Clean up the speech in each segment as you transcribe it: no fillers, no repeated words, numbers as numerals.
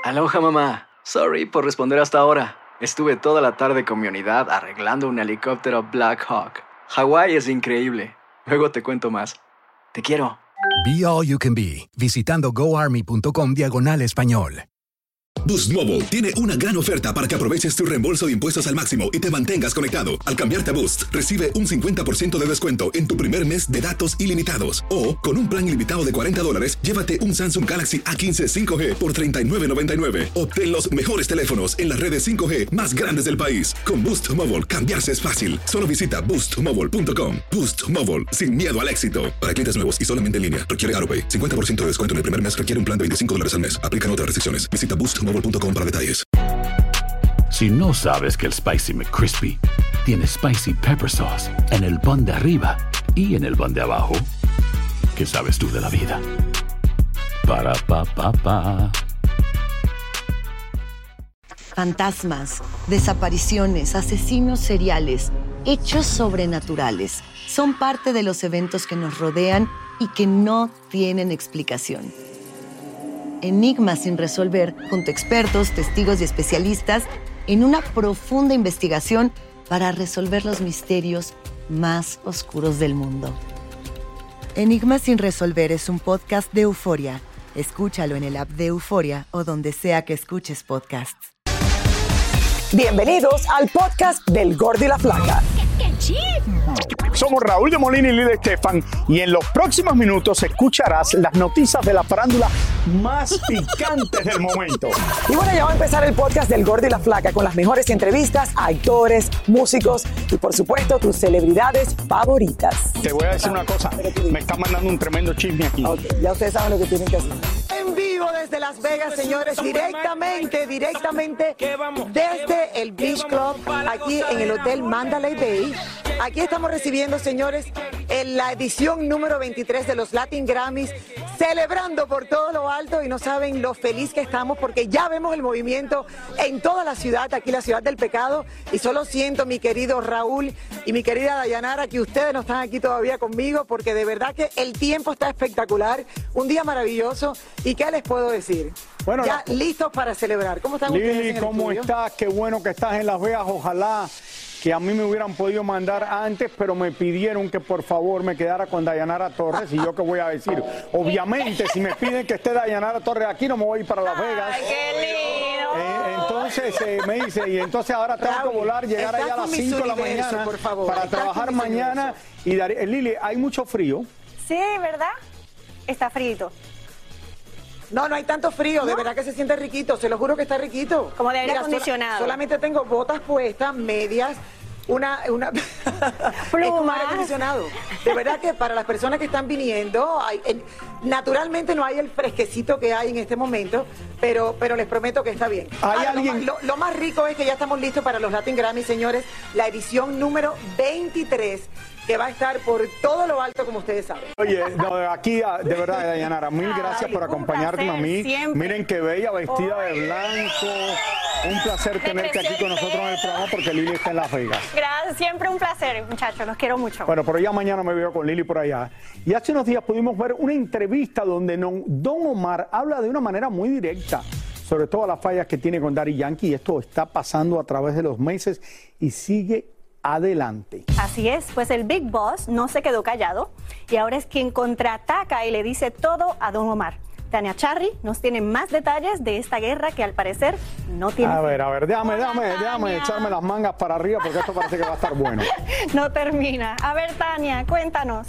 Aloha, mamá. Sorry por responder hasta ahora. Estuve toda la tarde con mi unidad arreglando un helicóptero Black Hawk. Hawái es increíble. Luego te cuento más. Te quiero. Be All You Can Be, visitando goarmy.com/español. Boost Mobile tiene una gran oferta para que aproveches tu reembolso de impuestos al máximo y te mantengas conectado. Al cambiarte a Boost, recibe un 50% de descuento en tu primer mes de datos ilimitados. O, con un plan ilimitado de $40, llévate un Samsung Galaxy A15 5G por $39.99. Obtén los mejores teléfonos en las redes 5G más grandes del país. Con Boost Mobile, cambiarse es fácil. Solo visita boostmobile.com. Boost Mobile, sin miedo al éxito. Para clientes nuevos y solamente en línea, requiere AutoPay. 50% de descuento en el primer mes requiere un plan de $25 al mes. Aplican otras restricciones. Visita boostmobile.com para detalles. Si no sabes que el Spicy McCrispy tiene Spicy Pepper Sauce en el pan de arriba y en el pan de abajo, ¿qué sabes tú de la vida? Para, pa, pa, pa. Fantasmas, desapariciones, asesinos seriales, hechos sobrenaturales son parte de los eventos que nos rodean y que no tienen explicación. Enigmas sin resolver, junto a expertos, testigos y especialistas, en una profunda investigación para resolver los misterios más oscuros del mundo. Enigmas sin resolver es un podcast de Euforia. Escúchalo en el app de Euforia o donde sea que escuches podcasts. Bienvenidos al podcast del Gordo y la Flaca. Somos Raúl de Molina y Lidia Estefan y en los próximos minutos escucharás las noticias de la farándula más picantes del momento. Y bueno, ya va a empezar el podcast del Gordo y la Flaca con las mejores entrevistas a actores, músicos y por supuesto tus celebridades favoritas. Te voy a decir una cosa, me está mandando un tremendo chisme aquí. Okay, ya ustedes saben lo que tienen que hacer. En vivo desde Las Vegas, señores, directamente desde el Beach Club, aquí en el Hotel Mandalay Bay. Aquí estamos recibiendo, señores, en la edición número 23 de los Latin Grammys, celebrando por todo lo alto y no saben lo feliz que estamos porque ya vemos el movimiento en toda la ciudad, aquí la ciudad del pecado, y solo siento, mi querido Raúl y mi querida Dayanara, que ustedes no están aquí todavía conmigo porque de verdad que el tiempo está espectacular, un día maravilloso, y ¿qué les puedo decir? Bueno, ya listos para celebrar. ¿Cómo están ustedes en el ¿cómo estudio? estás? Qué bueno que estás en Las Vegas, ojalá que a mí me hubieran podido mandar antes, pero me pidieron que por favor me quedara con Dayanara Torres. ¿Y yo qué voy a decir? Obviamente, si me piden que esté Dayanara Torres aquí, no me voy a ir para Las Vegas. ¡Ay, qué lindo! Entonces me dice, y entonces ahora tengo que volar, llegar allá a las 5 de la mañana para trabajar mañana. Y Lili, ¿hay mucho frío? Sí, ¿verdad? Está frito. No hay tanto frío, de verdad que se siente riquito, se lo juro que está riquito. Como de aire acondicionado. Solamente tengo botas puestas, medias, una plumas. Es como aire acondicionado. De verdad que para las personas que están viniendo, naturalmente no hay el fresquecito que hay en este momento, pero les prometo que está bien. Lo más rico es que ya estamos listos para los Latin Grammy, señores, la edición número 23. Que va a estar por todo lo alto, como ustedes saben. Oye, aquí, de verdad, Dayanara, mil gracias por acompañarme a mí. Siempre. Miren qué bella, vestida de blanco. Un placer tenerte aquí con nosotros en el programa porque Lili está en Las Vegas. Gracias, siempre un placer, muchachos, los quiero mucho. Bueno, pero ya mañana me veo con Lili por allá. Y hace unos días pudimos ver una entrevista donde Don Omar habla de una manera muy directa sobre todas las fallas que tiene con Daddy Yankee, y esto está pasando a través de los meses y sigue adelante. Así es, pues el Big Boss no se quedó callado y ahora es quien contraataca y le dice todo a Don Omar. Tania Charry nos tiene más detalles de esta guerra que al parecer no tiene. A ver, déjame echarme las mangas para arriba porque esto parece que va a estar bueno. No termina. A ver, Tania, cuéntanos.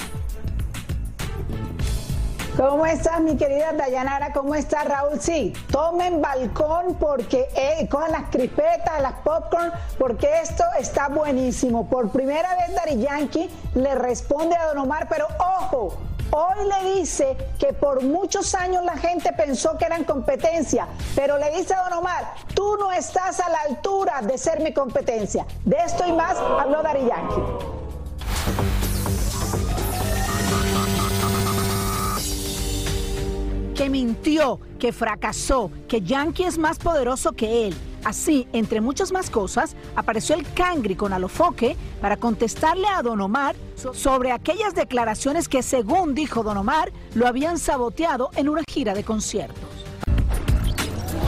¿Cómo estás, mi querida Dayanara? ¿Cómo está Raúl? Sí, tomen balcón porque cojan las crispetas, las popcorn, porque esto está buenísimo. Por primera vez Daddy Yankee le responde a Don Omar, pero ojo, hoy le dice que por muchos años la gente pensó que eran competencia, pero le dice a Don Omar, tú no estás a la altura de ser mi competencia. De esto y más habló Daddy Yankee. Que mintió, que fracasó, que Yankee es más poderoso que él. Así, entre muchas más cosas, apareció el Cangri con Alofoque para contestarle a Don Omar sobre aquellas declaraciones que, según dijo Don Omar, lo habían saboteado en una gira de conciertos.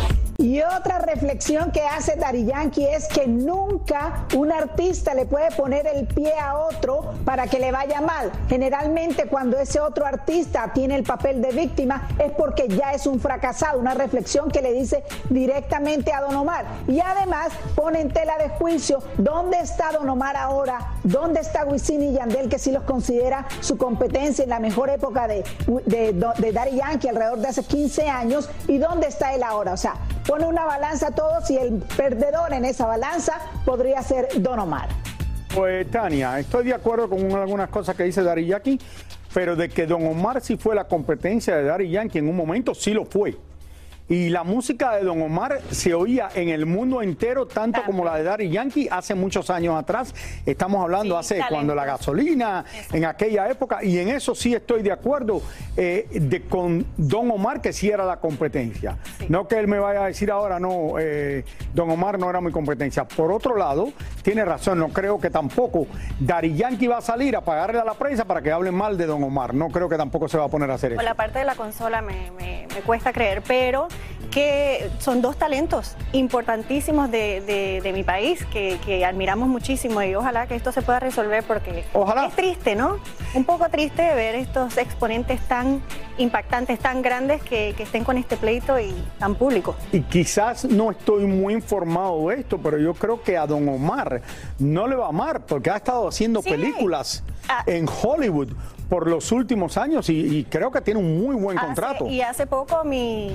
Y otra reflexión que hace Daddy Yankee es que nunca un artista le puede poner el pie a otro para que le vaya mal. Generalmente cuando ese otro artista tiene el papel de víctima es porque ya es un fracasado. Una reflexión que le dice directamente a Don Omar. Y además pone en tela de juicio dónde está Don Omar ahora, dónde está Wisin y Yandel, que sí los considera su competencia en la mejor época de Daddy Yankee, alrededor de hace 15 años, y dónde está él ahora. O sea, pone una balanza a todos y el perdedor en esa balanza podría ser Don Omar. Pues Tania, estoy de acuerdo con algunas cosas que dice Daddy Yankee, pero de que Don Omar sí fue la competencia de Daddy Yankee en un momento, sí lo fue. Y la música de Don Omar se oía en el mundo entero, tanto como la de Daddy Yankee hace muchos años atrás. Estamos hablando cuando la gasolina, en aquella época, y en eso sí estoy de acuerdo con Don Omar, que sí era la competencia. Sí. No que él me vaya a decir ahora, no, Don Omar no era mi competencia. Por otro lado, tiene razón, no creo que tampoco Daddy Yankee va a salir a pagarle a la prensa para que hablen mal de Don Omar. No creo que tampoco se va a poner a hacer eso. Por la parte de la consola me cuesta creer, pero que son dos talentos importantísimos de mi país que admiramos muchísimo, y ojalá que esto se pueda resolver, porque es triste, ¿no? Un poco triste ver estos exponentes tan impactantes, tan grandes que estén con este pleito y tan público. Y quizás no estoy muy informado de esto, pero yo creo que a Don Omar no le va a amar, porque ha estado haciendo películas en Hollywood por los últimos años y creo que tiene un muy buen contrato. Y hace poco mi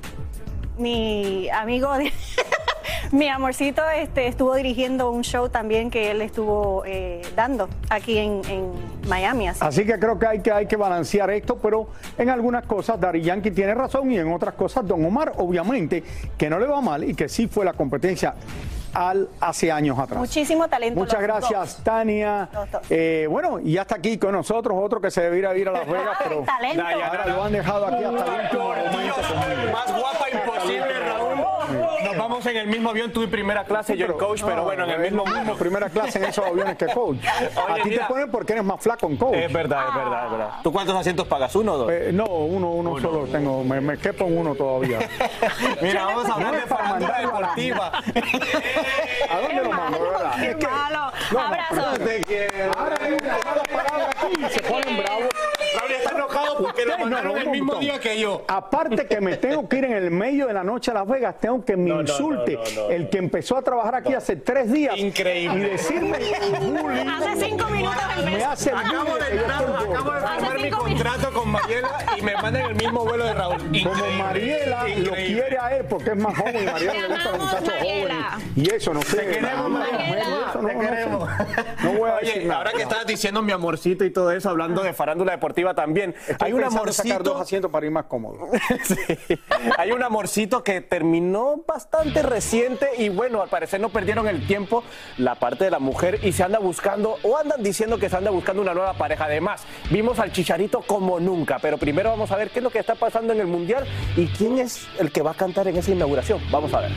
amigo, mi amorcito, estuvo dirigiendo un show también que él estuvo dando aquí en Miami. Así que creo que hay que balancear esto, pero en algunas cosas Daddy Yankee tiene razón y en otras cosas Don Omar, obviamente, que no le va mal y que sí fue la competencia hace años atrás. Muchísimo talento. Muchas gracias, Tania. Bueno, y hasta aquí con nosotros, otro que se debiera ir a Las Vegas, pero ahora lo han dejado aquí hasta el último momento. Más guapa imposible, Raúl. Nos vamos en el mismo avión, tú en primera clase, yo en coach, pero bueno, en el mismo primera clase en esos aviones que coach. A ti te ponen porque eres más flaco en coach. Es verdad. ¿Tú cuántos asientos pagas? ¿Uno o dos? No, uno solo tengo. Me quepo en uno todavía. Mira, vamos a hablar de farándula deportiva. ¿A dónde lo mando, verdad? ¡Qué malo! ¡Abrazo! Ahora hay una mala palabra aquí y se ponen bravos. Raúl está enojado porque lo mandaron el mismo día que yo. Aparte que me tengo que ir en el medio de la noche a Las Vegas, tengo que me insulte el que empezó a trabajar aquí hace 3 días. Increíble. Y decirme bullying. Hace 5 minutos me hace acabo de firmar mi contrato con Mariela y me mandan el mismo vuelo de Raúl. Como Mariela lo quiere a él porque es más joven y Mariela le gusta a los muchachos jóvenes. Y eso, no sé. Te queremos, Mariela. Te queremos. No voy a decir nada. Ahora que estabas diciendo mi amorcito y todo eso, hablando de farándula deportiva también. Hay un amorcito. Sacar 2 asientos para ir más cómodo. Sí. Hay un amorcito que terminó bastante reciente y bueno, al parecer no perdieron el tiempo la parte de la mujer y se anda buscando, o andan diciendo que se anda buscando una nueva pareja. Además, vimos al Chicharito como nunca, pero primero vamos a ver qué es lo que está pasando en el Mundial y quién es el que va a cantar en esa inauguración. Vamos a ver.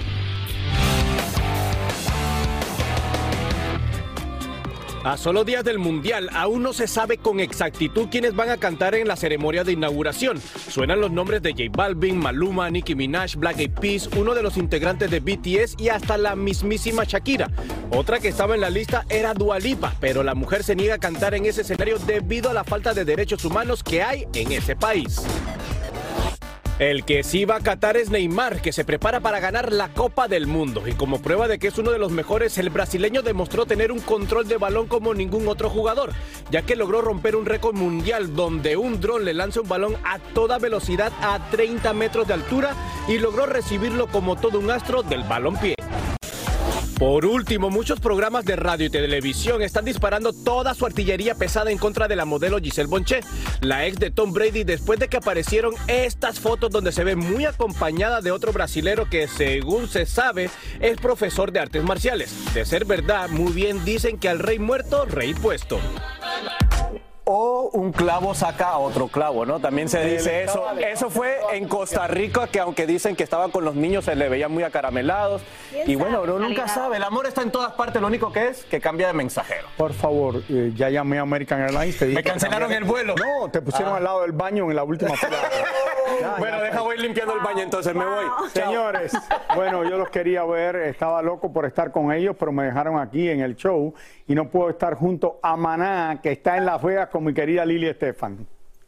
A solo días del Mundial, aún no se sabe con exactitud quiénes van a cantar en la ceremonia de inauguración. Suenan los nombres de J Balvin, Maluma, Nicki Minaj, Black Eyed Peas, uno de los integrantes de BTS y hasta la mismísima Shakira. Otra que estaba en la lista era Dua Lipa, pero la mujer se niega a cantar en ese escenario debido a la falta de derechos humanos que hay en ese país. El que sí va a Qatar es Neymar, que se prepara para ganar la Copa del Mundo. Y como prueba de que es uno de los mejores, el brasileño demostró tener un control de balón como ningún otro jugador, ya que logró romper un récord mundial donde un dron le lanza un balón a toda velocidad a 30 metros de altura y logró recibirlo como todo un astro del balompié. Por último, muchos programas de radio y televisión están disparando toda su artillería pesada en contra de la modelo Giselle Bündchen, la ex de Tom Brady, después de que aparecieron estas fotos donde se ve muy acompañada de otro brasilero que, según se sabe, es profesor de artes marciales. De ser verdad, muy bien dicen que al rey muerto, rey puesto. o un clavo saca a otro clavo, ¿no? También se dice eso. Eso fue en Costa Rica, que aunque dicen que estaba con los niños, se le veían muy acaramelados. Y bueno, uno nunca sabe. El amor está en todas partes, lo único que es que cambia de mensajero. Por favor, ya llamé a American Airlines. Me cancelaron el vuelo. No, te pusieron al lado del baño en la última fila. Bueno, voy limpiando el baño, entonces me voy. Señores, bueno, yo los quería ver, estaba loco por estar con ellos, pero me dejaron aquí en el show y no puedo estar junto a Maná, que está en Las Vegas con mi querida Lili Estefan.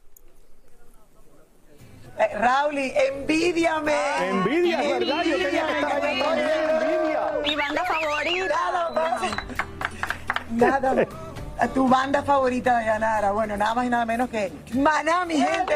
Rauli, envídiame. Envidia, ¿verdad? Yo tenía que estar ahí también, envidia. Mi banda favorita. Nada. Tu banda favorita, Dayanara. Bueno, nada más y nada menos que Maná, mi gente.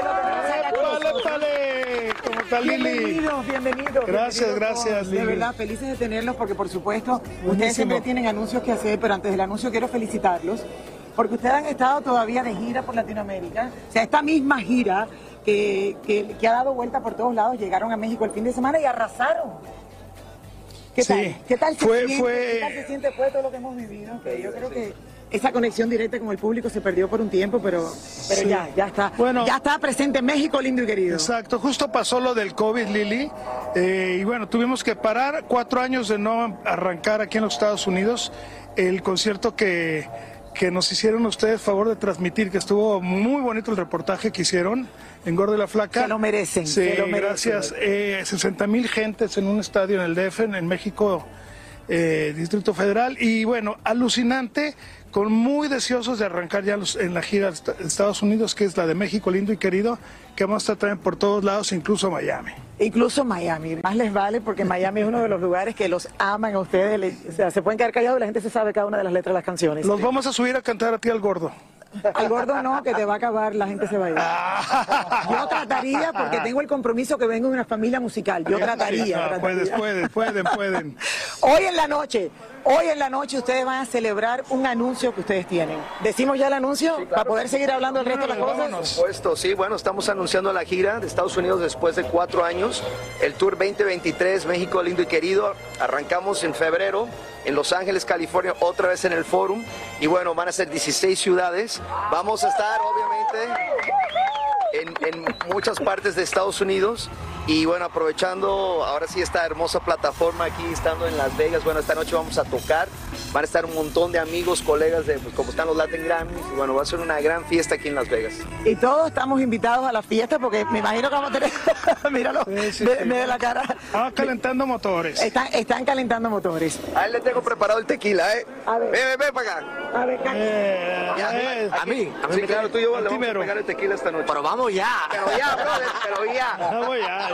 ¿Cómo está, Lili? Bienvenidos. Gracias, Lili. De verdad, felices de tenerlos porque, por supuesto, ustedes siempre tienen anuncios que hacer, pero antes del anuncio quiero felicitarlos porque ustedes han estado todavía de gira por Latinoamérica. O sea, esta misma gira que ha dado vuelta por todos lados, llegaron a México el fin de semana y arrasaron. ¿Qué tal? ¿Qué tal se siente después de todo lo que hemos vivido? Que yo creo que esa conexión directa con el público se perdió por un tiempo, pero sí. ya está. Bueno, ya está presente en México, lindo y querido. Exacto, justo pasó lo del COVID, Lili, y bueno, tuvimos que parar 4 años de no arrancar aquí en los Estados Unidos el concierto que nos hicieron ustedes favor de transmitir, que estuvo muy bonito el reportaje que hicieron en Gordo y la Flaca. Se lo merecen. Sí, se lo merecen. Gracias. 60,000 gentes en un estadio en el DF, en México, Distrito Federal, y bueno, alucinante, con muy deseosos de arrancar ya en la gira de Estados Unidos, que es la de México, lindo y querido, que vamos a estar también por todos lados, incluso Miami. Incluso Miami, más les vale porque Miami es uno de los lugares que los aman a ustedes, o sea, se pueden quedar callados y la gente se sabe cada una de las letras de las canciones. Los vamos a subir a cantar a ti al Gordo. Al Gordo no, que te va a acabar, la gente se va a ir. Yo trataría, porque tengo el compromiso que vengo de una familia musical, yo trataría. Pueden. Hoy en la noche ustedes van a celebrar un anuncio que ustedes tienen. ¿Decimos ya el anuncio? Sí, claro. ¿Para poder seguir hablando del resto de las cosas? Por supuesto, sí, bueno, estamos anunciando la gira de Estados Unidos después de 4 años, el Tour 2023, México lindo y querido. Arrancamos en febrero en Los Ángeles, California, otra vez en el Forum, y bueno, van a ser 16 ciudades. Vamos a estar, obviamente, en muchas partes de Estados Unidos. Y bueno, aprovechando ahora sí esta hermosa plataforma aquí, estando en Las Vegas, bueno, esta noche vamos a tocar, van a estar un montón de amigos, colegas de, pues como están los Latin Grammys, y bueno, va a ser una gran fiesta aquí en Las Vegas. Y todos estamos invitados a la fiesta porque me imagino que vamos a tener, míralo, de la cara. Están calentando motores. Están calentando motores. A él le tengo preparado el tequila, A ver. Ven para acá. A ver, a mí sí, claro, tú y yo le vamos a pegar el tequila esta noche. Pero vamos ya. Pero ya, brother, pero ya. Vamos ya.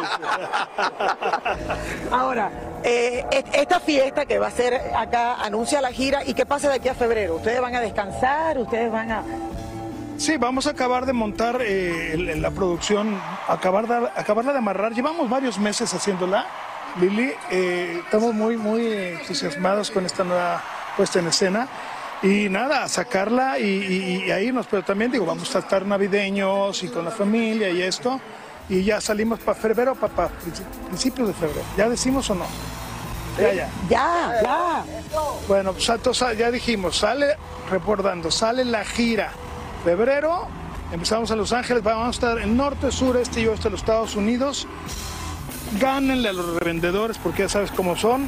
Ahora, esta fiesta que va a ser acá anuncia la gira, ¿y qué pasa de aquí a febrero? ¿Ustedes van a descansar? ¿Ustedes van a...? Sí, vamos a acabar de montar la producción, acabarla de amarrar. Llevamos varios meses haciéndola, Lili. Estamos muy entusiasmados con esta nueva puesta en escena. Y nada, sacarla y a irnos, pero también digo, vamos a estar navideños y con la familia y esto. Y ya salimos para febrero, para principios de febrero. ¿Ya decimos o no? Ya. Bueno, pues entonces ya dijimos, sale la gira. Febrero, empezamos a Los Ángeles, vamos a estar en norte, sur, este y oeste de los Estados Unidos. Gánenle a los revendedores porque ya sabes cómo son.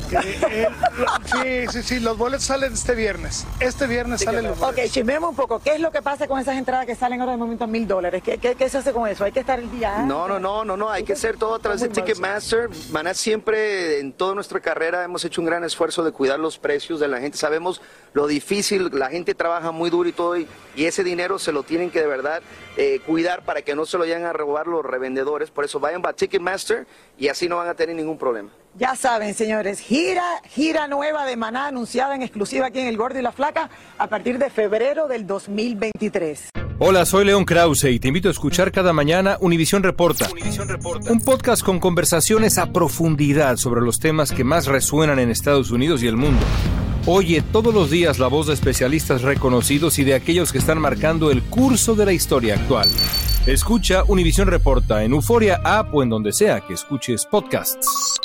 Sí, los boletos salen este viernes. Este viernes salen los boletos. Ok, chismemos un poco. ¿Qué es lo que pasa con esas entradas que salen ahora de momento a $1,000? ¿Qué se hace con eso? ¿Hay que estar el día antes? No. Hay que hacer todo a través de Ticketmaster. Maná siempre, en toda nuestra carrera, hemos hecho un gran esfuerzo de cuidar los precios de la gente. Sabemos lo difícil, la gente trabaja muy duro y todo, y ese dinero se lo tienen que de verdad cuidar para que no se lo vayan a robar los revendedores. Por eso vayan a Ticketmaster y así no van a tener ningún problema. Ya saben, señores, gira nueva de Maná anunciada en exclusiva aquí en El Gordo y la Flaca a partir de febrero del 2023. Hola, soy León Krause y te invito a escuchar cada mañana Univisión Reporta. Un podcast con conversaciones a profundidad sobre los temas que más resuenan en Estados Unidos y el mundo. Oye todos los días la voz de especialistas reconocidos y de aquellos que están marcando el curso de la historia actual. Escucha Univisión Reporta en Euforia App o en donde sea que escuches podcasts.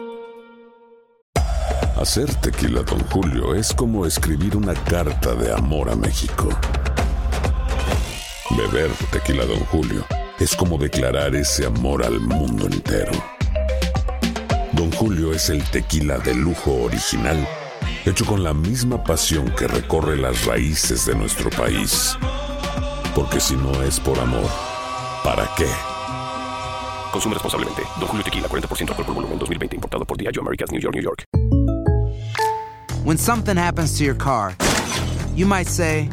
Hacer tequila Don Julio es como escribir una carta de amor a México. Beber tequila Don Julio es como declarar ese amor al mundo entero. Don Julio es el tequila de lujo original, hecho con la misma pasión que recorre las raíces de nuestro país. Porque si no es por amor, ¿para qué? Consume responsablemente. Don Julio Tequila, 40% alcohol por volumen, 2020. Importado por Diageo Americas, New York, New York. When something happens to your car, you might say,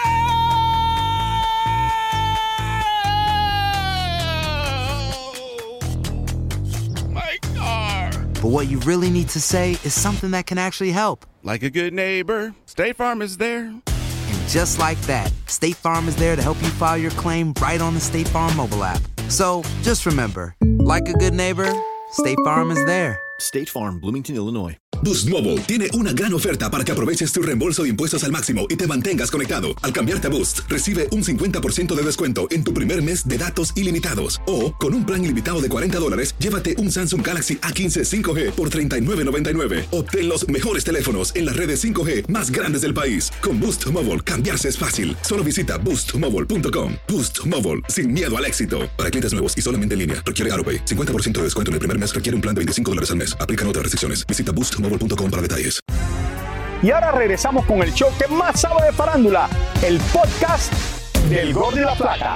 My car! but what you really need to say is something that can actually help. Like a good neighbor, State Farm is there. And just like that, State Farm is there to help you file your claim right on the State Farm mobile app. So just remember, like a good neighbor, State Farm is there. State Farm, Bloomington, Illinois. Boost Mobile tiene una gran oferta para que aproveches tu reembolso de impuestos al máximo y te mantengas conectado. Al cambiarte a Boost, recibe un 50% de descuento en tu primer mes de datos ilimitados. O, con un plan ilimitado de $40, llévate un Samsung Galaxy A15 5G por $39.99. Obtén los mejores teléfonos en las redes 5G más grandes del país. Con Boost Mobile, cambiarse es fácil. Solo visita boostmobile.com. Boost Mobile, sin miedo al éxito. Para clientes nuevos y solamente en línea, requiere AutoPay. 50% de descuento en el primer mes requiere un plan de $25 al mes. Aplican otras restricciones. Visita boostmobile.com para detalles. Y ahora regresamos con el show que más sabe de farándula, el podcast del Gordo y la Flaca.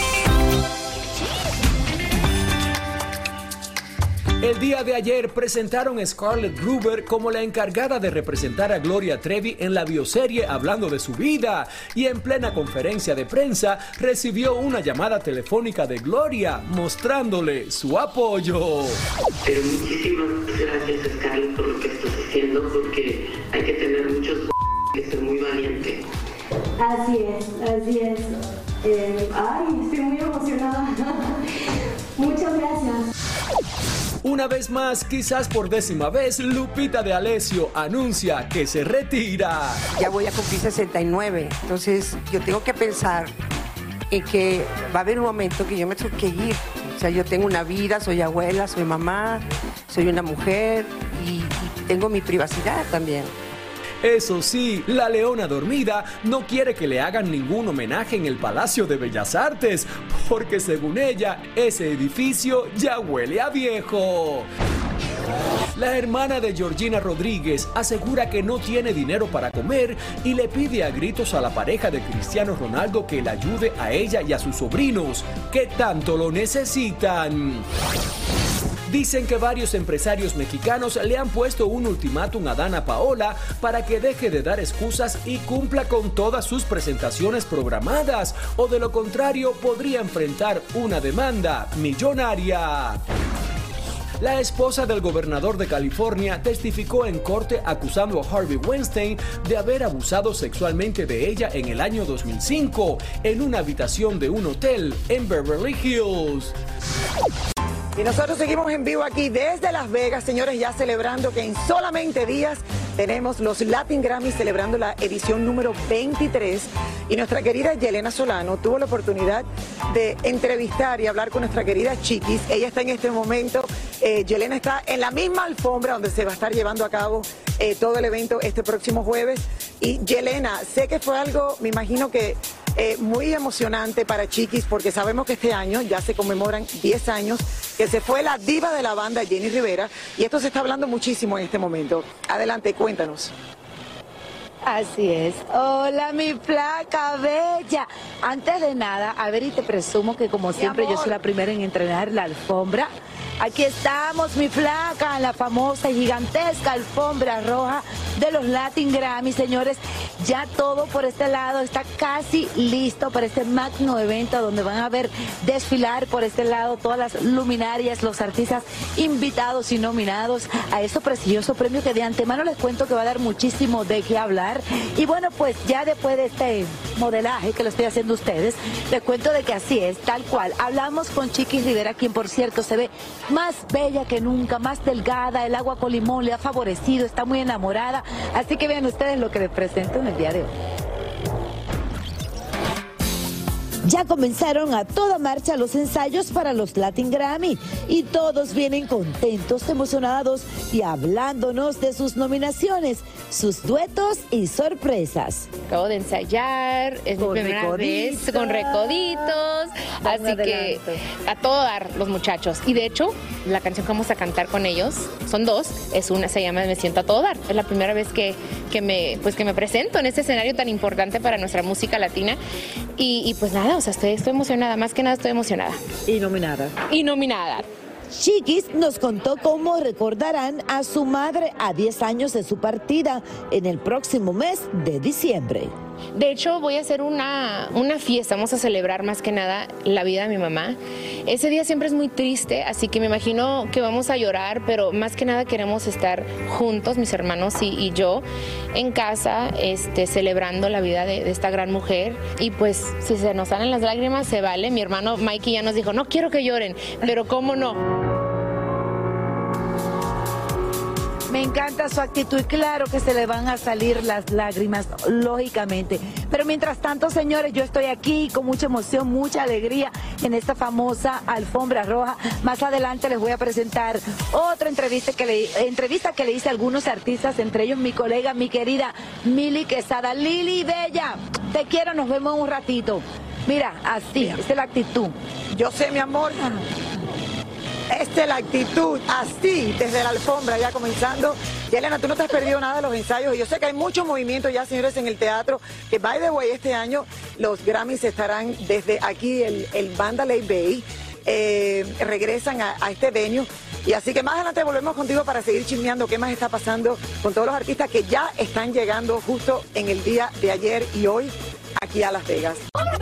El día de ayer presentaron a Scarlett Gruber como la encargada de representar a Gloria Trevi en la bioserie Hablando de su vida, y en plena conferencia de prensa recibió una llamada telefónica de Gloria mostrándole su apoyo. Pero muchísimas gracias, Scarlett, por lo que estás haciendo, porque hay que tener muchos que ser muy valiente. Así es. Estoy muy emocionada. Muchas gracias. Una vez más, quizás por 10ª vez, Lupita D'Alessio anuncia que se retira. Ya voy a cumplir 69, entonces yo tengo que pensar en que va a haber un momento que yo me tengo que ir. O sea, yo tengo una vida, soy abuela, soy mamá, soy una mujer y tengo mi privacidad también. Eso sí, la leona dormida no quiere que le hagan ningún homenaje en el Palacio de Bellas Artes, porque según ella, ese edificio ya huele a viejo. La hermana de Georgina Rodríguez asegura que no tiene dinero para comer y le pide a gritos a la pareja de Cristiano Ronaldo que le ayude a ella y a sus sobrinos, que tanto lo necesitan. Dicen que varios empresarios mexicanos le han puesto un ultimátum a Dana Paola para que deje de dar excusas y cumpla con todas sus presentaciones programadas, o de lo contrario podría enfrentar una demanda millonaria. La esposa del gobernador de California testificó en corte acusando a Harvey Weinstein de haber abusado sexualmente de ella en el año 2005 en una habitación de un hotel en Beverly Hills. Y nosotros seguimos en vivo aquí desde Las Vegas, señores, ya celebrando que en solamente días tenemos los Latin Grammys, celebrando la edición número 23. Y nuestra querida Yelena Solano tuvo la oportunidad de entrevistar y hablar con nuestra querida Chiquis. Ella está en este momento, Yelena está en la misma alfombra donde se va a estar llevando a cabo todo el evento este próximo jueves. Y Yelena, sé que fue algo, me imagino que muy emocionante para Chiquis, porque sabemos que este año ya se conmemoran 10 años que se fue la diva de la banda, Jenny Rivera, y esto se está hablando muchísimo en este momento. Adelante, cuéntanos. Así es. Hola, mi flaca bella. Antes de nada, a ver, y te presumo que como siempre yo soy la primera en entrenar la alfombra. Aquí estamos, mi flaca, en la famosa y gigantesca alfombra roja de los Latin Grammy, señores. Ya todo por este lado está casi listo para este magno evento donde van a ver desfilar por este lado todas las luminarias, los artistas invitados y nominados a este prestigioso premio que de antemano les cuento que va a dar muchísimo de qué hablar. Y bueno, pues ya después de este modelaje que lo estoy haciendo ustedes, les cuento de que así es, tal cual. Hablamos con Chiquis Rivera, quien por cierto se ve más bella que nunca, más delgada, el agua con limón le ha favorecido, está muy enamorada. Así que vean ustedes lo que les presento en el día de hoy. Ya comenzaron a toda marcha los ensayos para los Latin Grammy y todos vienen contentos, emocionados y hablándonos de sus nominaciones, sus duetos y sorpresas. Acabo de ensayar, es mi primera vez con recoditos, así que a todo dar los muchachos. Y de hecho, la canción que vamos a cantar con ellos, son dos, una se llama Me siento a todo dar. Es la primera vez que me presento en este escenario tan importante para nuestra música latina. Y pues nada, o sea, estoy emocionada, más que nada estoy emocionada. Y nominada. Y nominada. Chiquis nos contó cómo recordarán a su madre a 10 años de su partida en el próximo mes de diciembre. De hecho, voy a hacer una fiesta, vamos a celebrar más que nada la vida de mi mamá. Ese día siempre es muy triste, así que me imagino que vamos a llorar, pero más que nada queremos estar juntos, mis hermanos y yo, en casa, celebrando la vida de esta gran mujer. Y pues, si se nos salen las lágrimas, se vale. Mi hermano Mikey ya nos dijo, no quiero que lloren, pero ¿cómo no? Me encanta su actitud y claro que se le van a salir las lágrimas, lógicamente. Pero mientras tanto, señores, yo estoy aquí con mucha emoción, mucha alegría en esta famosa alfombra roja. Más adelante les voy a presentar otra entrevista que le hice a algunos artistas, entre ellos mi colega, mi querida Mili Quesada. Lili Bella, te quiero, nos vemos en un ratito. Mira, así, esta es la actitud. Yo sé, mi amor. Esta es la actitud, así, desde la alfombra, ya comenzando. Y Elena, tú no te has perdido nada de los ensayos. Y yo sé que hay mucho movimiento ya, señores, en el teatro. Que, by the way, este año los Grammys estarán desde aquí, el Mandalay Bay. Regresan a este venue. Y así que más adelante volvemos contigo para seguir chismeando qué más está pasando con todos los artistas que ya están llegando justo en el día de ayer y hoy aquí a Las Vegas.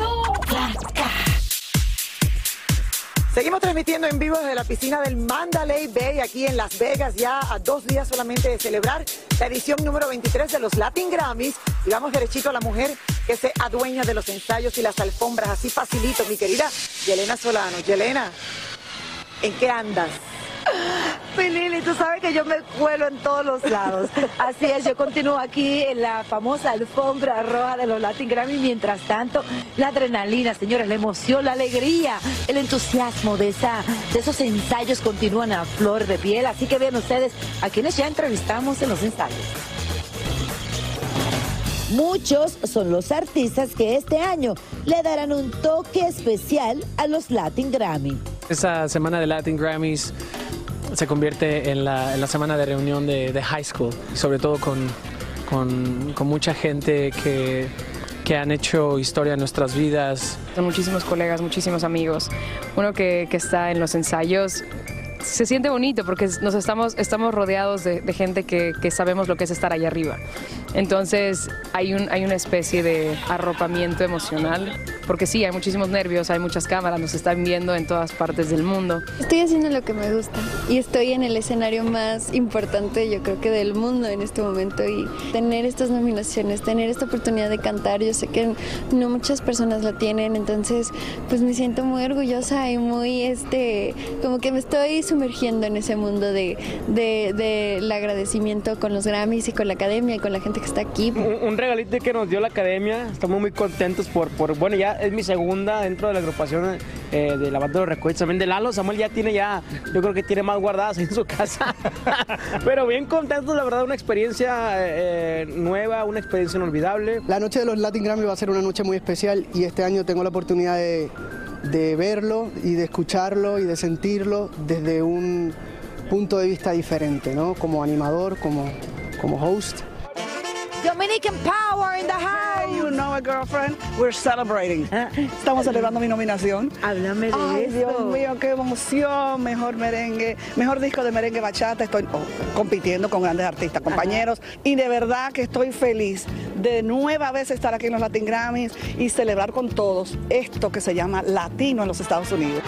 Seguimos transmitiendo en vivo desde la piscina del Mandalay Bay, aquí en Las Vegas, ya a 2 días solamente de celebrar la edición número 23 de los Latin Grammys. Y vamos derechito a la mujer que se adueña de los ensayos y las alfombras, así facilito, mi querida Yelena Solano. Yelena, ¿en qué andas? Mi Lili, tú sabes que yo me cuelo en todos los lados. Así es, yo continúo aquí en la famosa alfombra roja de los Latin Grammy. Mientras tanto, la adrenalina, señores, la emoción, la alegría, el entusiasmo de esos ensayos continúan a flor de piel. Así que vean ustedes a quienes ya entrevistamos en los ensayos. Muchos son los artistas que este año le darán un toque especial a los Latin Grammy. Esta semana de Latin Grammys se convierte en la semana de reunión de high school, sobre todo con mucha gente que han hecho historia en nuestras vidas. Son muchísimos colegas, muchísimos amigos. Uno que está en los ensayos se siente bonito porque estamos rodeados de gente que sabemos lo que es estar allá arriba. Entonces hay una especie de arropamiento emocional, porque sí, hay muchísimos nervios, hay muchas cámaras, nos están viendo en todas partes del mundo. Estoy haciendo lo que me gusta y estoy en el escenario más importante, yo creo que del mundo en este momento, y tener estas nominaciones, tener esta oportunidad de cantar, yo sé que no muchas personas la tienen, entonces pues me siento muy orgullosa y muy como que me estoy sumergiendo en ese mundo del agradecimiento con los Grammys y con la academia y con la gente que está aquí. Un regalito que nos dio la academia, estamos muy contentos bueno, ya es mi segunda dentro de la agrupación de la banda de los Recoits, también de Lalo. Samuel yo creo que tiene más guardadas en su casa, pero bien contentos, la verdad, una experiencia nueva, una experiencia inolvidable. La noche de los Latin Grammy va a ser una noche muy especial y este año tengo la oportunidad de verlo y de escucharlo y de sentirlo desde un punto de vista diferente, ¿no? Como animador, como host. Dominican Power in the house. You know it, girlfriend. We're celebrating. Estamos celebrando mi nominación. Háblame de eso. Dios mío, qué emoción. Mejor merengue, mejor disco de merengue bachata. Estoy compitiendo con grandes artistas, compañeros. Y de verdad que estoy feliz de nueva vez estar aquí en los Latin Grammys y celebrar con todos esto que se llama latino en los Estados Unidos.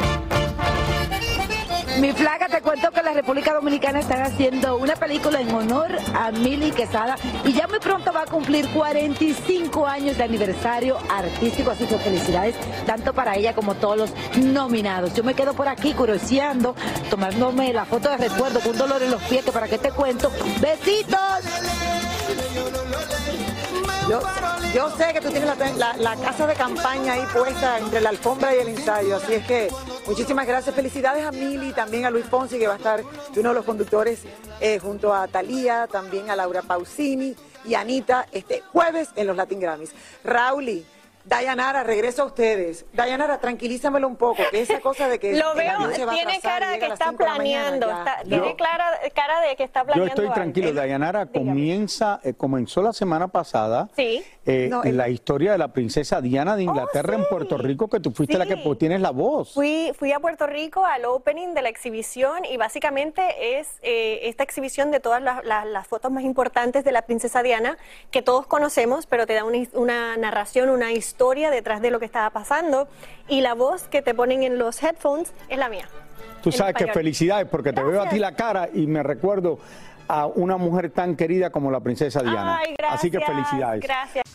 Mi flaca, te cuento que la República Dominicana están haciendo una película en honor a Mili Quesada y ya muy pronto va a cumplir 45 años de aniversario artístico, así que felicidades tanto para ella como todos los nominados. Yo me quedo por aquí curioseando, tomándome la foto de recuerdo con un dolor en los pies, que para qué te cuento. ¡Besitos! Yo sé que tú tienes la casa de campaña ahí puesta entre la alfombra y el ensayo, así es que muchísimas gracias. Felicidades a Mili, también a Luis Fonsi, que va a estar uno de los conductores junto a Thalía, también a Laura Pausini y Anita este jueves en los Latin Grammys. Rauli, Dayanara, regreso a ustedes. Dayanara, tranquilízamelo un poco, que esa cosa de que lo veo, tiene cara de que está planeando, tiene cara de que está planeando. Yo estoy tranquilo, Dayanara, comenzó la semana pasada la historia de la princesa Diana de Inglaterra en Puerto Rico, que tú fuiste la que tienes la voz. Fui a Puerto Rico al opening de la exhibición y básicamente es esta exhibición de todas las fotos más importantes de la princesa Diana que todos conocemos, pero te da una narración, una historia detrás de lo que estaba pasando, y la voz que te ponen en los headphones es la mía. Tú sabes que felicidades, porque te veo a ti la cara y me recuerdo a una mujer tan querida como la princesa Diana. Ay, gracias, así que felicidades. Gracias.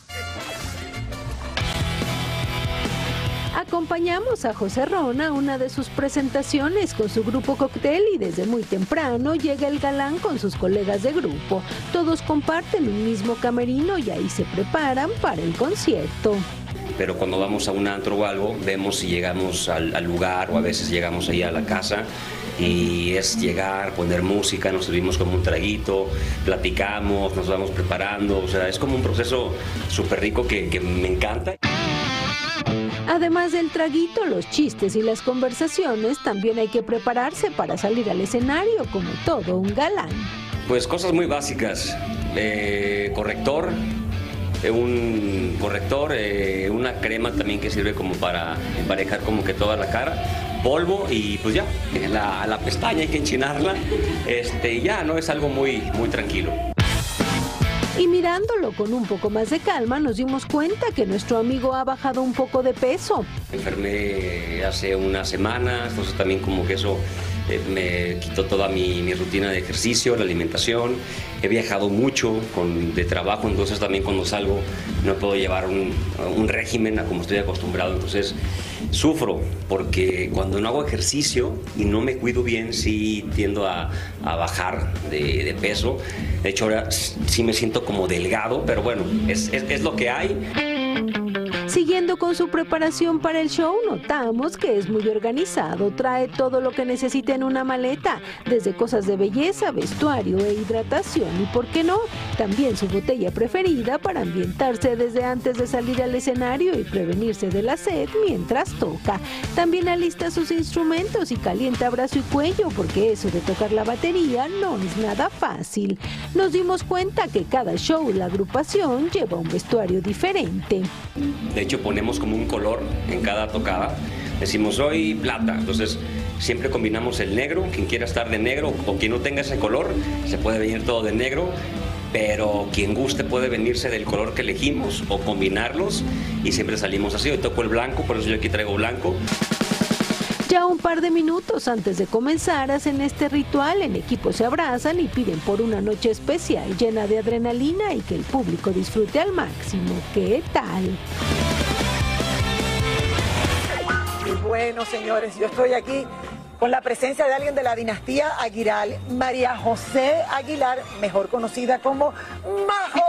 Acompañamos a José Ron a una de sus presentaciones con su grupo Cóctel y desde muy temprano llega el galán con sus colegas de grupo. Todos comparten un mismo camerino y ahí se preparan para el concierto. Pero cuando vamos a un antro o algo, vemos si llegamos al lugar o a veces llegamos ahí a la casa y es llegar, poner música, nos servimos como un traguito, platicamos, nos vamos preparando, o sea, es como un proceso súper rico que me encanta. Además del traguito, los chistes y las conversaciones, también hay que prepararse para salir al escenario como todo un galán. Pues cosas muy básicas, corrector, una crema también que sirve como para emparejar como que toda la cara, polvo y pues ya, la pestaña hay que enchinarla, ya no es algo muy tranquilo. Y mirándolo con un poco más de calma, nos dimos cuenta que nuestro amigo ha bajado un poco de peso. Me enfermé hace unas semanas, entonces también como que eso me quitó toda mi rutina de ejercicio, la alimentación. He viajado mucho de trabajo, entonces también cuando salgo no puedo llevar un régimen a como estoy acostumbrado. Entonces sufro porque cuando no hago ejercicio y no me cuido bien, sí tiendo a bajar de peso. De hecho, ahora sí me siento como delgado, pero bueno, es lo que hay. Siguiendo con su preparación para el show, notamos que es muy organizado, trae todo lo que necesita en una maleta, desde cosas de belleza, vestuario e hidratación, y por qué no, también su botella preferida para ambientarse desde antes de salir al escenario y prevenirse de la sed mientras toca. También alista sus instrumentos y calienta brazo y cuello, porque eso de tocar la batería no es nada fácil. Nos dimos cuenta que cada show la agrupación lleva un vestuario diferente. De hecho, ponemos como un color en cada tocada. Decimos hoy plata, entonces siempre combinamos el negro. Quien quiera estar de negro o quien no tenga ese color, se puede venir todo de negro. Pero quien guste puede venirse del color que elegimos o combinarlos y siempre salimos así. Hoy toco el blanco, por eso yo aquí traigo blanco. Ya un par de minutos antes de comenzar hacen este ritual, en equipo se abrazan y piden por una noche especial llena de adrenalina y que el público disfrute al máximo. ¿Qué tal? Y bueno, señores, yo estoy aquí con la presencia de alguien de la dinastía Aguilar, María José Aguilar, mejor conocida como Majo.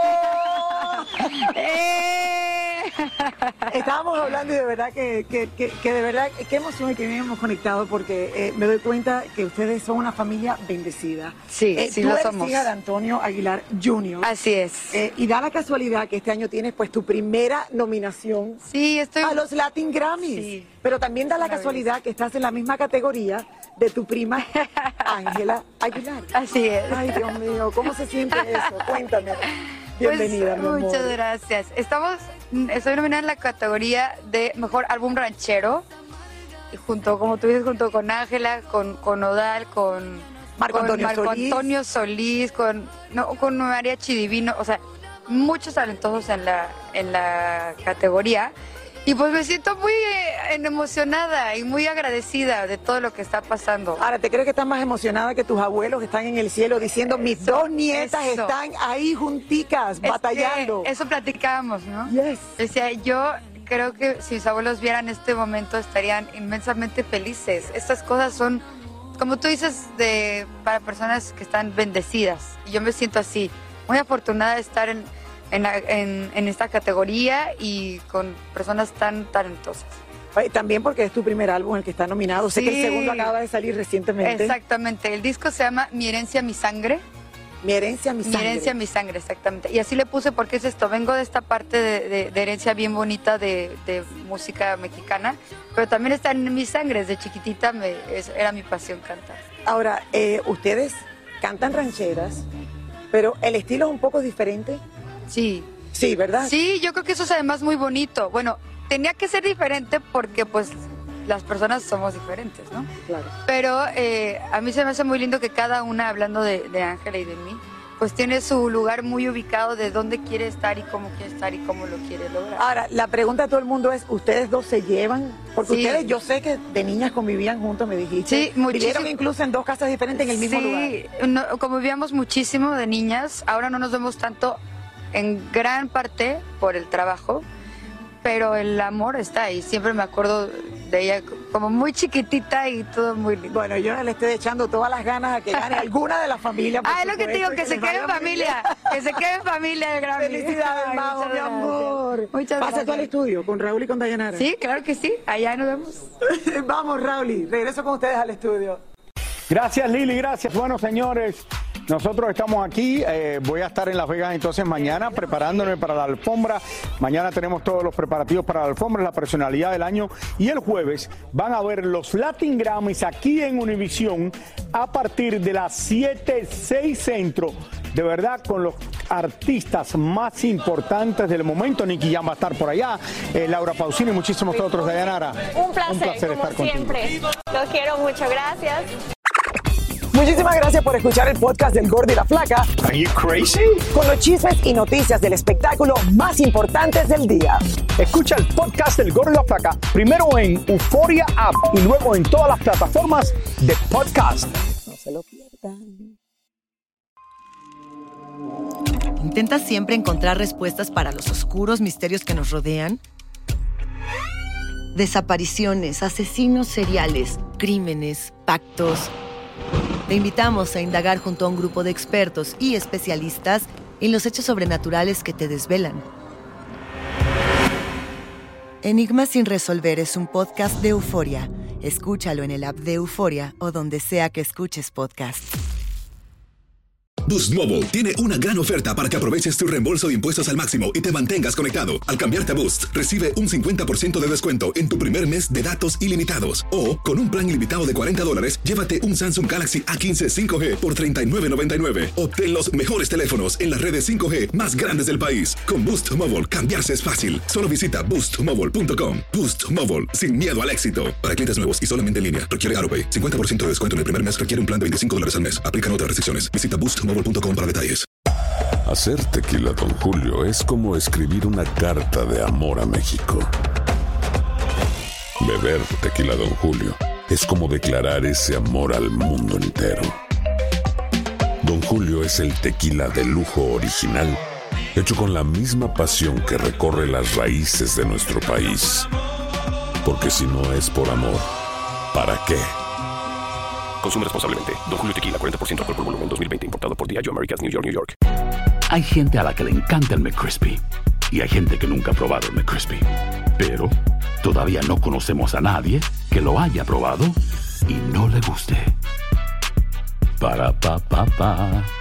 Estábamos hablando y de verdad que de verdad, qué emoción y que bien hemos conectado porque me doy cuenta que ustedes son una familia bendecida. Sí, sí lo somos. Tú eres hija de Antonio Aguilar Jr. Así es. Y da la casualidad que este año tienes pues tu primera nominación a los Latin Grammys. Sí. Pero también da la casualidad que estás en la misma categoría de tu prima Ángela Aguilar. Así es. Ay, Dios mío, ¿cómo se siente eso? Cuéntame. Bienvenida, mi amor. Muchas gracias. Estoy nominada en la categoría de Mejor Álbum Ranchero, y como tú dices, junto con Ángela, con Nodal, con Marco Antonio Solís, con Mariachi Divino, o sea, muchos talentosos en la categoría. Y pues me siento muy emocionada y muy agradecida de todo lo que está pasando. Ahora, ¿te crees que estás más emocionada que tus abuelos que están en el cielo diciendo mis dos nietas están ahí junticas, batallando? Eso platicábamos, ¿no? Yes. Decía, yo creo que si mis abuelos vieran este momento estarían inmensamente felices. Estas cosas son, como tú dices, para personas que están bendecidas. Y yo me siento así, muy afortunada de estar en esta categoría y con personas tan talentosas. También porque es tu primer álbum el que está nominado. Sé que el segundo acaba de salir recientemente. Exactamente. El disco se llama Mi herencia, mi sangre. Mi herencia, mi sangre. Mi herencia, mi sangre, exactamente. Y así le puse porque es esto. Vengo de esta parte de herencia bien bonita de música mexicana, pero también está en mi sangre. Desde chiquitita era mi pasión cantar. Ahora, ustedes cantan rancheras, pero el estilo es un poco diferente. Sí. Sí, ¿verdad? Sí, yo creo que eso es además muy bonito. Bueno, tenía que ser diferente porque pues las personas somos diferentes, ¿no? Claro. Pero a mí se me hace muy lindo que cada una, hablando de Ángela y de mí, pues tiene su lugar muy ubicado de dónde quiere estar y cómo quiere estar y cómo lo quiere lograr. Ahora, la pregunta de todo el mundo es, ¿ustedes dos se llevan? Porque Sí. ustedes, yo sé que de niñas convivían juntos, me dijiste. Sí, muchísimo. Vivieron incluso en dos casas diferentes en el mismo lugar. Sí, convivíamos muchísimo de niñas, ahora no nos vemos tanto, en gran parte por el trabajo, pero el amor está ahí. Siempre me acuerdo de ella como muy chiquitita y todo muy lindo. Bueno, yo le estoy echando todas las ganas a que gane alguna de las familias. Es lo que te digo, que se quede en familia, que se quede en familia el Grammy. Felicidades, Majo, mi amor. Muchas gracias. Pasa tú al estudio con Raúl y con Dayanara. Sí, claro que sí, allá nos vemos. Vamos, Raúl, regreso con ustedes al estudio. Gracias, Lili, gracias. Bueno, señores, nosotros estamos aquí. Voy a estar en Las Vegas entonces mañana preparándome para la alfombra. Mañana tenemos todos los preparativos para la alfombra, la personalidad del año. Y el jueves van a ver los Latin Grammys aquí en Univisión a partir de las 7:06 centro. De verdad, con los artistas más importantes del momento. Nicky Jam va a estar por allá, Laura Pausini y muchísimos otros, Dayanara. Un placer como estar contigo. siempre. Los quiero mucho, gracias. Muchísimas gracias por escuchar el podcast del Gordo y la Flaca. Are you crazy? Con los chismes y noticias del espectáculo más importantes del día. Escucha el podcast del Gordo y la Flaca primero en Euforia App y luego en todas las plataformas de podcast. No se lo pierdan. ¿Intentas siempre encontrar respuestas para los oscuros misterios que nos rodean? Desapariciones, asesinos seriales, crímenes, pactos. Te invitamos a indagar junto a un grupo de expertos y especialistas en los hechos sobrenaturales que te desvelan. Enigmas sin resolver es un podcast de Euforia. Escúchalo en el app de Euforia o donde sea que escuches podcast. Boost Mobile tiene una gran oferta para que aproveches tu reembolso de impuestos al máximo y te mantengas conectado. Al cambiarte a Boost, recibe un 50% de descuento en tu primer mes de datos ilimitados. O, con un plan ilimitado de $40, llévate un Samsung Galaxy A15 5G por $39.99. Obtén los mejores teléfonos en las redes 5G más grandes del país. Con Boost Mobile, cambiarse es fácil. Solo visita boostmobile.com. Boost Mobile, sin miedo al éxito. Para clientes nuevos y solamente en línea, requiere AutoPay. 50% de descuento en el primer mes requiere un plan de $25 al mes. Aplican otras restricciones. Visita boostmobile.com para detalles. Hacer tequila Don Julio es como escribir una carta de amor a México. Beber tequila Don Julio es como declarar ese amor al mundo entero. Don Julio es el tequila de lujo original, hecho con la misma pasión que recorre las raíces de nuestro país. Porque si no es por amor, ¿para qué? Consume responsablemente. Don Julio Tequila, 40% alcohol por volumen, 2020. Importado por Diageo Americas, New York, New York. Hay gente a la que le encanta el McCrispy y hay gente que nunca ha probado el McCrispy. Pero todavía no conocemos a nadie que lo haya probado y no le guste. Para pa pa pa.